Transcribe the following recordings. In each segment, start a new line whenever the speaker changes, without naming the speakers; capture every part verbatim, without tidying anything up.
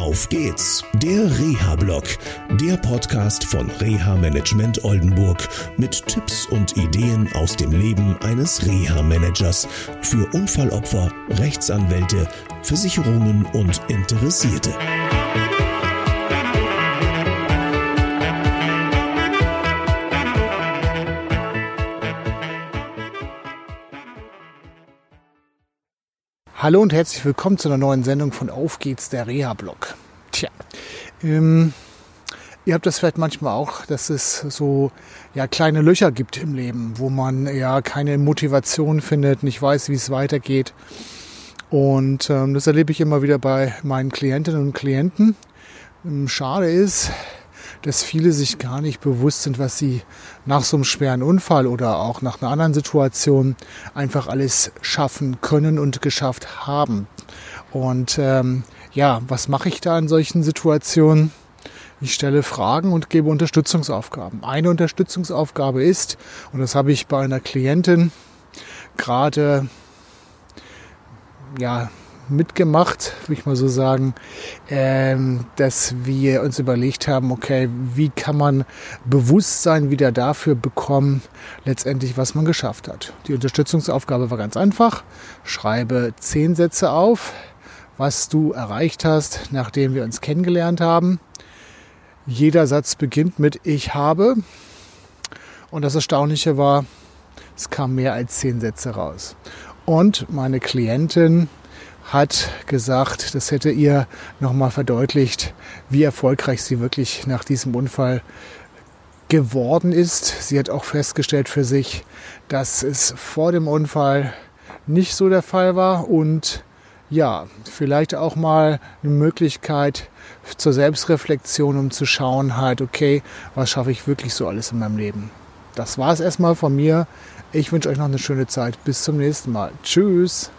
Auf geht's, der Reha-Blog, der Podcast von Reha Management Oldenburg mit Tipps und Ideen aus dem Leben eines Reha-Managers für Unfallopfer, Rechtsanwälte, Versicherungen und Interessierte.
Hallo und herzlich willkommen zu einer neuen Sendung von Auf geht's, der Reha-Blog. Tja, ähm, ihr habt das vielleicht manchmal auch, dass es so ja, kleine Löcher gibt im Leben, wo man ja keine Motivation findet, nicht weiß, wie es weitergeht. Und ähm, das erlebe ich immer wieder bei meinen Klientinnen und Klienten. Ähm, schade ist, dass viele sich gar nicht bewusst sind, was sie nach so einem schweren Unfall oder auch nach einer anderen Situation einfach alles schaffen können und geschafft haben. Und ähm, ja, was mache ich da in solchen Situationen? Ich stelle Fragen und gebe Unterstützungsaufgaben. Eine Unterstützungsaufgabe ist, und das habe ich bei einer Klientin gerade ja, mitgemacht, würde ich mal so sagen, ähm, dass wir uns überlegt haben, okay, wie kann man Bewusstsein wieder dafür bekommen, letztendlich, was man geschafft hat. Die Unterstützungsaufgabe war ganz einfach. Schreibe zehn Sätze auf, was du erreicht hast, nachdem wir uns kennengelernt haben. Jeder Satz beginnt mit Ich habe. Und das Erstaunliche war, es kamen mehr als zehn Sätze raus. Und meine Klientin hat gesagt, das hätte ihr nochmal verdeutlicht, wie erfolgreich sie wirklich nach diesem Unfall geworden ist. Sie hat auch festgestellt für sich, dass es vor dem Unfall nicht so der Fall war und ja, vielleicht auch mal eine Möglichkeit zur Selbstreflexion, um zu schauen halt, okay, was schaffe ich wirklich so alles in meinem Leben. Das war es erstmal von mir. Ich wünsche euch noch eine schöne Zeit. Bis zum nächsten Mal. Tschüss.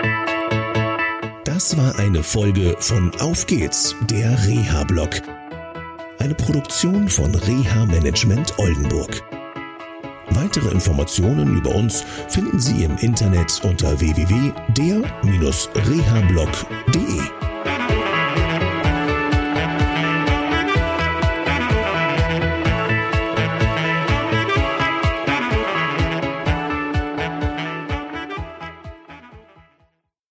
Das war eine Folge von Auf geht's, der Reha-Blog. Eine Produktion von Reha Management Oldenburg. Weitere Informationen über uns finden Sie im Internet unter w w w punkt der Bindestrich reha blog punkt de.